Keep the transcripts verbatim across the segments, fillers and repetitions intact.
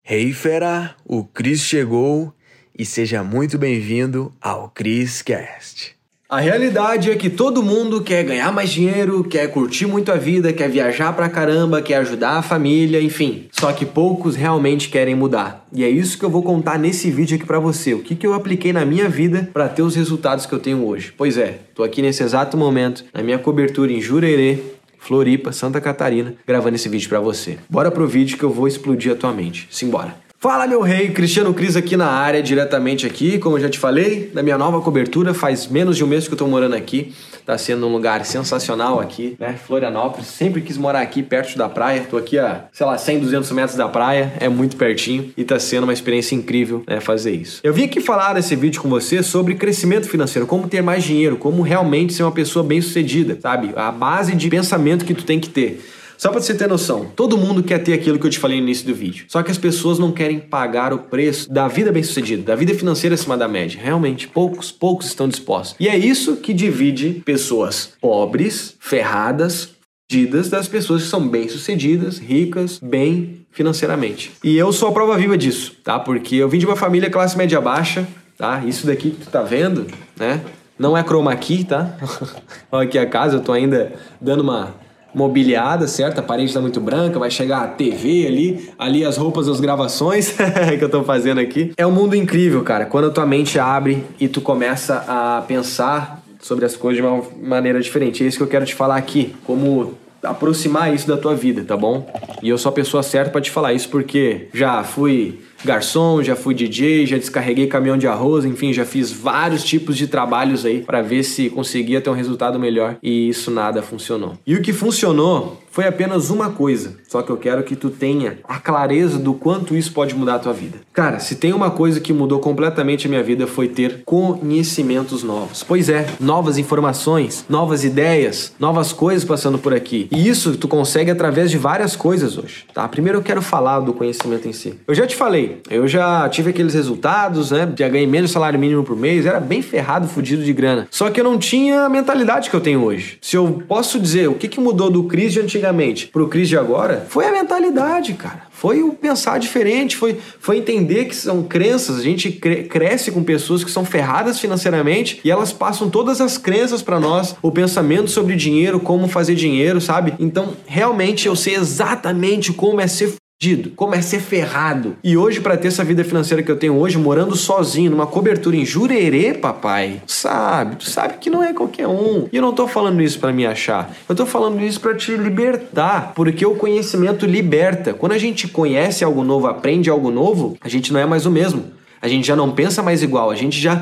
Hey fera, o Cris chegou e seja muito bem-vindo ao Cris Cast. A realidade é que todo mundo quer ganhar mais dinheiro, quer curtir muito a vida, quer viajar pra caramba, quer ajudar a família, enfim. Só que poucos realmente querem mudar. E é isso que eu vou contar nesse vídeo aqui pra você. O que, que eu apliquei na minha vida pra ter os resultados que eu tenho hoje. Pois é, tô aqui nesse exato momento, na minha cobertura em Jurerê, Floripa, Santa Catarina, gravando esse vídeo pra você. Bora pro vídeo que eu vou explodir a tua mente. Simbora! Fala, meu rei, Cristiano Cris aqui na área, diretamente aqui, como eu já te falei, na minha nova cobertura, faz menos de um mês que eu tô morando aqui, tá sendo um lugar sensacional aqui, né, Florianópolis, sempre quis morar aqui, perto da praia, tô aqui a, sei lá, cem, duzentos metros da praia, é muito pertinho e tá sendo uma experiência incrível, né, fazer isso. Eu vim aqui falar nesse vídeo com você sobre crescimento financeiro, como ter mais dinheiro, como realmente ser uma pessoa bem-sucedida, sabe, a base de pensamento que tu tem que ter. Só pra você ter noção, todo mundo quer ter aquilo que eu te falei no início do vídeo. Só que as pessoas não querem pagar o preço da vida bem-sucedida, da vida financeira acima da média. Realmente, poucos, poucos estão dispostos. E é isso que divide pessoas pobres, ferradas, fudidas, das pessoas que são bem-sucedidas, ricas, bem financeiramente. E eu sou a prova viva disso, tá? Porque eu vim de uma família classe média baixa, tá? Isso daqui que tu tá vendo, né? Não é chroma key, tá? Olha aqui a casa, eu tô ainda dando uma mobiliada, certo? A parede tá muito branca, vai chegar a T V ali, ali as roupas das gravações que eu tô fazendo aqui. É um mundo incrível, cara, quando a tua mente abre e tu começa a pensar sobre as coisas de uma maneira diferente. É isso que eu quero te falar aqui, como aproximar isso da tua vida, tá bom? E eu sou a pessoa certa pra te falar isso porque já fui garçom, já fui D J, já descarreguei caminhão de arroz, enfim, já fiz vários tipos de trabalhos aí pra ver se conseguia ter um resultado melhor e isso nada funcionou. E o que funcionou foi apenas uma coisa, só que eu quero que tu tenha a clareza do quanto isso pode mudar a tua vida. Cara, se tem uma coisa que mudou completamente a minha vida foi ter conhecimentos novos. Pois é, novas informações, novas ideias, novas coisas passando por aqui. E isso tu consegue através de várias coisas hoje, tá? Primeiro eu quero falar do conhecimento em si. Eu já te falei, eu já tive aqueles resultados, né? Já ganhei menos salário mínimo por mês, era bem ferrado, fudido de grana. Só que eu não tinha a mentalidade que eu tenho hoje. Se eu posso dizer o que, que mudou do Cris de antigamente pro Cris de agora, foi a mentalidade, cara. Foi o pensar diferente, foi, foi entender que são crenças. A gente cre- cresce com pessoas que são ferradas financeiramente e elas passam todas as crenças pra nós, o pensamento sobre dinheiro, como fazer dinheiro, sabe? Então, realmente eu sei exatamente como é ser como é ser ferrado. E hoje, pra ter essa vida financeira que eu tenho hoje, morando sozinho, numa cobertura em Jurerê, papai, sabe? Tu sabe que não é qualquer um. E eu não tô falando isso pra me achar. Eu tô falando isso pra te libertar. Porque o conhecimento liberta. Quando a gente conhece algo novo, aprende algo novo, a gente não é mais o mesmo. A gente já não pensa mais igual, a gente já...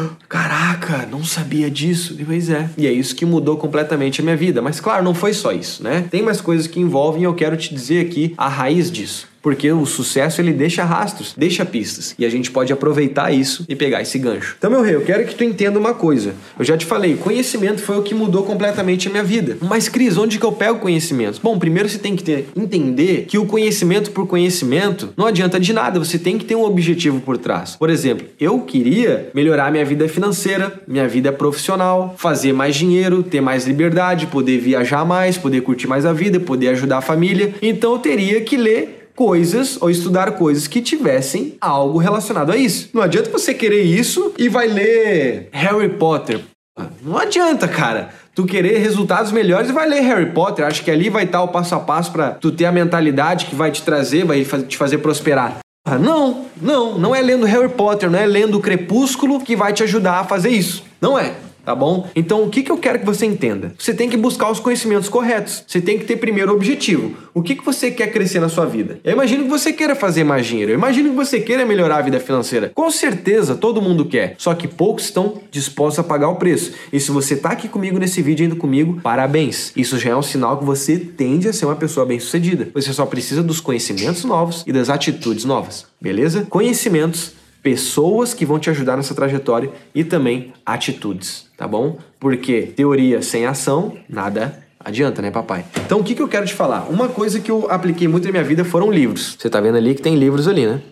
Caraca, não sabia disso. Pois é. E é isso que mudou completamente a minha vida. Mas claro, não foi só isso, né? Tem mais coisas que envolvem e eu quero te dizer aqui a raiz disso. Porque o sucesso, ele deixa rastros, deixa pistas. E a gente pode aproveitar isso e pegar esse gancho. Então, meu rei, eu quero que tu entenda uma coisa. Eu já te falei, conhecimento foi o que mudou completamente a minha vida. Mas, Cris, onde que eu pego conhecimento? Bom, primeiro você tem que ter, entender que o conhecimento por conhecimento não adianta de nada. Você tem que ter um objetivo por trás. Por exemplo, eu queria melhorar minha vida financeira, minha vida profissional, fazer mais dinheiro, ter mais liberdade, poder viajar mais, poder curtir mais a vida, poder ajudar a família. Então, eu teria que ler coisas ou estudar coisas que tivessem algo relacionado a isso. Não adianta você querer isso e vai ler Harry Potter. Não adianta, cara. Tu querer resultados melhores e vai ler Harry Potter. Acho que ali vai estar o passo a passo pra tu ter a mentalidade que vai te trazer, vai te fazer prosperar. Não, não. Não é lendo Harry Potter, não é lendo o Crepúsculo que vai te ajudar a fazer isso. Não é. Tá bom? Então, o que, que eu quero que você entenda? Você tem que buscar os conhecimentos corretos. Você tem que ter primeiro o objetivo. O que, que você quer crescer na sua vida? Eu imagino que você queira fazer mais dinheiro. Eu imagino que você queira melhorar a vida financeira. Com certeza, todo mundo quer. Só que poucos estão dispostos a pagar o preço. E se você tá aqui comigo nesse vídeo, indo comigo, parabéns. Isso já é um sinal que você tende a ser uma pessoa bem-sucedida. Você só precisa dos conhecimentos novos e das atitudes novas. Beleza? Conhecimentos, pessoas que vão te ajudar nessa trajetória e também atitudes, tá bom? Porque teoria sem ação, nada adianta, né, papai? Então, o que, que eu quero te falar? Uma coisa que eu apliquei muito na minha vida foram livros. Você tá vendo ali que tem livros ali, né?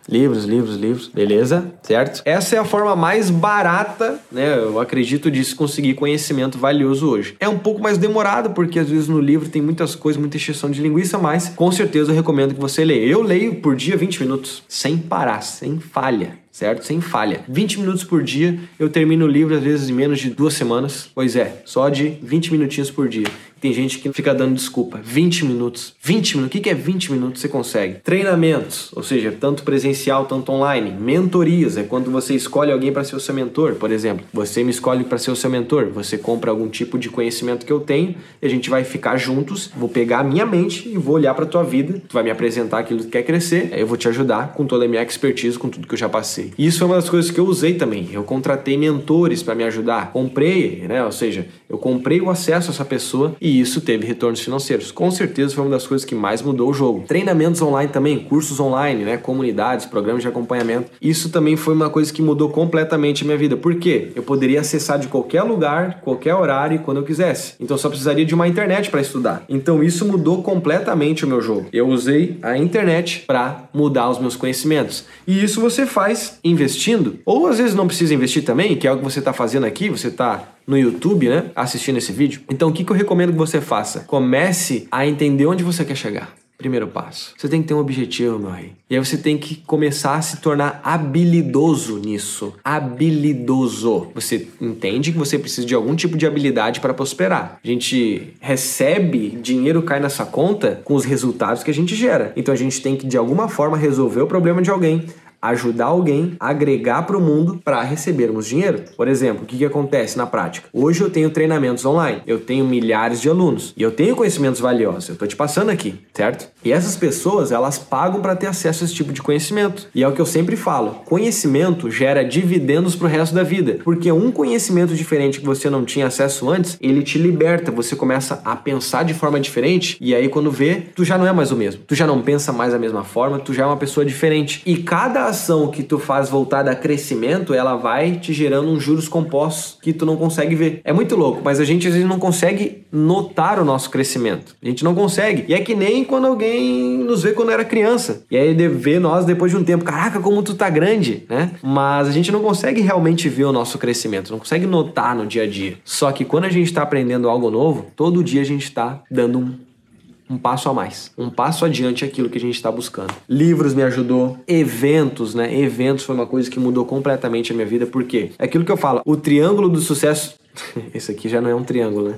livros, livros, livros, beleza, certo? Essa é a forma mais barata, né, eu acredito, de se conseguir conhecimento valioso hoje. É um pouco mais demorado, porque às vezes no livro tem muitas coisas, muita encheção de linguiça, mas com certeza eu recomendo que você leia. Eu leio por dia vinte minutos, sem parar, sem falha. Certo? Sem falha. vinte minutos por dia, eu termino o livro às vezes em menos de duas semanas. Pois é, só de vinte minutinhos por dia. Tem gente que fica dando desculpa. vinte minutos. vinte minutos. O que é vinte minutos? Você consegue. Treinamentos, ou seja, tanto presencial, tanto online. Mentorias, é quando você escolhe alguém para ser o seu mentor. Por exemplo, você me escolhe para ser o seu mentor. Você compra algum tipo de conhecimento que eu tenho e a gente vai ficar juntos. Vou pegar a minha mente e vou olhar para a tua vida. Tu vai me apresentar aquilo que quer crescer. Aí eu vou te ajudar com toda a minha expertise, com tudo que eu já passei. E isso é uma das coisas que eu usei também. Eu contratei mentores para me ajudar. Comprei, né? Ou seja, eu comprei o acesso a essa pessoa e isso teve retornos financeiros. Com certeza foi uma das coisas que mais mudou o jogo. Treinamentos online também, cursos online, né? Comunidades, programas de acompanhamento. Isso também foi uma coisa que mudou completamente a minha vida. Por quê? Eu poderia acessar de qualquer lugar, qualquer horário, quando eu quisesse. Então eu só precisaria de uma internet para estudar. Então isso mudou completamente o meu jogo. Eu usei a internet para mudar os meus conhecimentos. E isso você faz investindo, ou às vezes não precisa investir também, que é o que você está fazendo aqui, você está no YouTube, né, assistindo esse vídeo. Então o que, que eu recomendo que você faça? Comece a entender onde você quer chegar. Primeiro passo. Você tem que ter um objetivo, meu rei. E aí você tem que começar a se tornar habilidoso nisso. Habilidoso. Você entende que você precisa de algum tipo de habilidade para prosperar. A gente recebe, dinheiro cai nessa conta com os resultados que a gente gera. Então a gente tem que, de alguma forma, resolver o problema de alguém, ajudar alguém, agregar para o mundo para recebermos dinheiro. Por exemplo, o que, que acontece na prática? Hoje eu tenho treinamentos online, eu tenho milhares de alunos e eu tenho conhecimentos valiosos, eu estou te passando aqui, certo? E essas pessoas, elas pagam para ter acesso a esse tipo de conhecimento. E é o que eu sempre falo, conhecimento gera dividendos para o resto da vida, porque um conhecimento diferente que você não tinha acesso antes, ele te liberta, você começa a pensar de forma diferente e aí quando vê, tu já não é mais o mesmo, tu já não pensa mais da mesma forma, tu já é uma pessoa diferente. E cada ação que tu faz voltada a crescimento, ela vai te gerando uns juros compostos que tu não consegue ver. É muito louco, mas a gente às vezes não consegue notar o nosso crescimento. A gente não consegue. E é que nem quando alguém nos vê quando era criança. E aí vê nós depois de um tempo, caraca, como tu tá grande, né? Mas a gente não consegue realmente ver o nosso crescimento, não consegue notar no dia a dia. Só que quando a gente tá aprendendo algo novo, todo dia a gente tá dando um Um passo a mais, um passo adiante aquilo que a gente está buscando. Livros me ajudou, eventos, né? Eventos foi uma coisa que mudou completamente a minha vida, porque é aquilo que eu falo, o triângulo do sucesso... Esse aqui já não é um triângulo, né?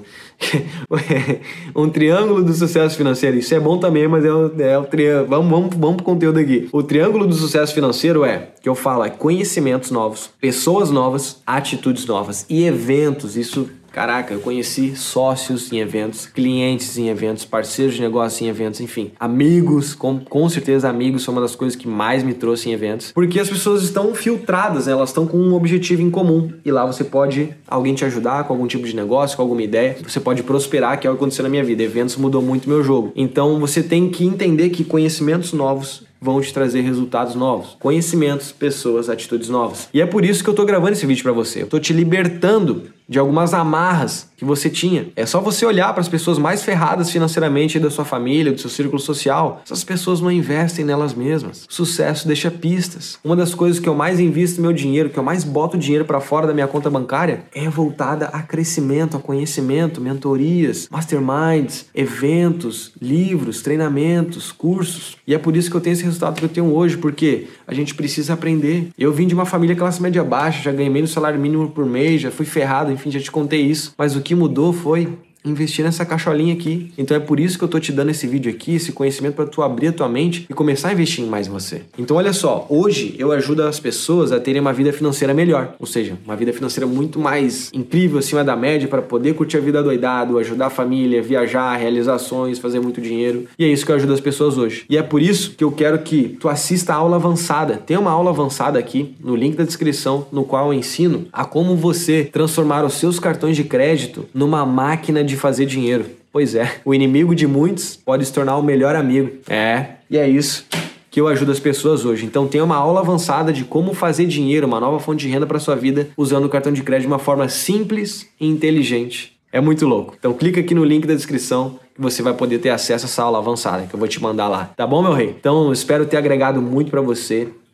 Um triângulo do sucesso financeiro. Isso é bom também, mas é o, é o triângulo. Vamos, vamos, vamos pro conteúdo aqui. O triângulo do sucesso financeiro é, que eu falo, é conhecimentos novos, pessoas novas, atitudes novas e eventos. Isso... Caraca, eu conheci sócios em eventos, clientes em eventos, parceiros de negócio em eventos, enfim. Amigos, com, com certeza amigos são uma das coisas que mais me trouxe em eventos. Porque as pessoas estão filtradas, né? Elas estão com um objetivo em comum. E lá você pode, alguém te ajudar com algum tipo de negócio, com alguma ideia. Você pode prosperar, que é o que aconteceu na minha vida. Eventos mudou muito meu jogo. Então você tem que entender que conhecimentos novos vão te trazer resultados novos. Conhecimentos, pessoas, atitudes novas. E é por isso que eu tô gravando esse vídeo pra você. Eu tô te libertando de algumas amarras que você tinha. É só você olhar para as pessoas mais ferradas financeiramente da sua família, do seu círculo social. Essas pessoas não investem nelas mesmas. Sucesso deixa pistas. Uma das coisas que eu mais invisto meu dinheiro, que eu mais boto dinheiro para fora da minha conta bancária, é voltada a crescimento, a conhecimento, mentorias, masterminds, eventos, livros, treinamentos, cursos. E é por isso que eu tenho esse resultado que eu tenho hoje, porque a gente precisa aprender. Eu vim de uma família classe média baixa, já ganhei menos salário mínimo por mês, já fui ferrado, enfim, já te contei isso. Mas o que mudou foi investir nessa caixolinha aqui. Então é por isso que eu tô te dando esse vídeo aqui, esse conhecimento para tu abrir a tua mente e começar a investir em mais você. Então olha só, hoje eu ajudo as pessoas a terem uma vida financeira melhor, ou seja, uma vida financeira muito mais incrível, acima da média, para poder curtir a vida doidado, ajudar a família, viajar, realizações, fazer muito dinheiro. E é isso que eu ajudo as pessoas hoje. E é por isso que eu quero que tu assista a aula avançada. Tem uma aula avançada aqui no link da descrição, no qual eu ensino a como você transformar os seus cartões de crédito numa máquina de de fazer dinheiro. Pois é, o inimigo de muitos pode se tornar o melhor amigo. É, e é isso que eu ajudo as pessoas hoje. Então tem uma aula avançada de como fazer dinheiro, uma nova fonte de renda para sua vida, usando o cartão de crédito de uma forma simples e inteligente. É muito louco. Então clica aqui no link da descrição que você vai poder ter acesso a essa aula avançada que eu vou te mandar lá. Tá bom, meu rei? Então espero ter agregado muito para você.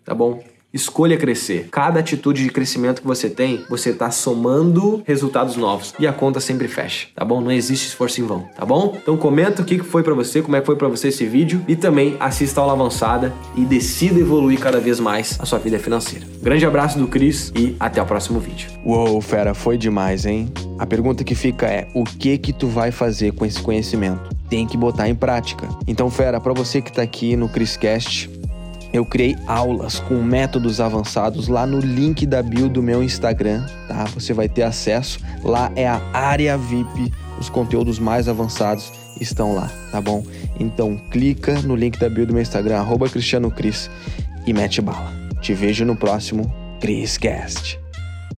tá bom? Escolha crescer. Cada atitude de crescimento que você tem, você tá somando resultados novos. E a conta sempre fecha, tá bom? Não existe esforço em vão, tá bom? Então comenta o que foi pra você, como é que foi pra você esse vídeo. E também assista a aula avançada e decida evoluir cada vez mais a sua vida financeira. Grande abraço do Cris e até o próximo vídeo. Uou, fera, foi demais, hein? A pergunta que fica é, o que que tu vai fazer com esse conhecimento? Tem que botar em prática. Então, fera, pra você que tá aqui no CrisCast, eu criei aulas com métodos avançados lá no link da bio do meu Instagram, tá? Você vai ter acesso. Lá é a área V I P, os conteúdos mais avançados estão lá, tá bom? Então clica no link da bio do meu Instagram, arroba Cristiano Cris, e mete bala. Te vejo no próximo CrisCast.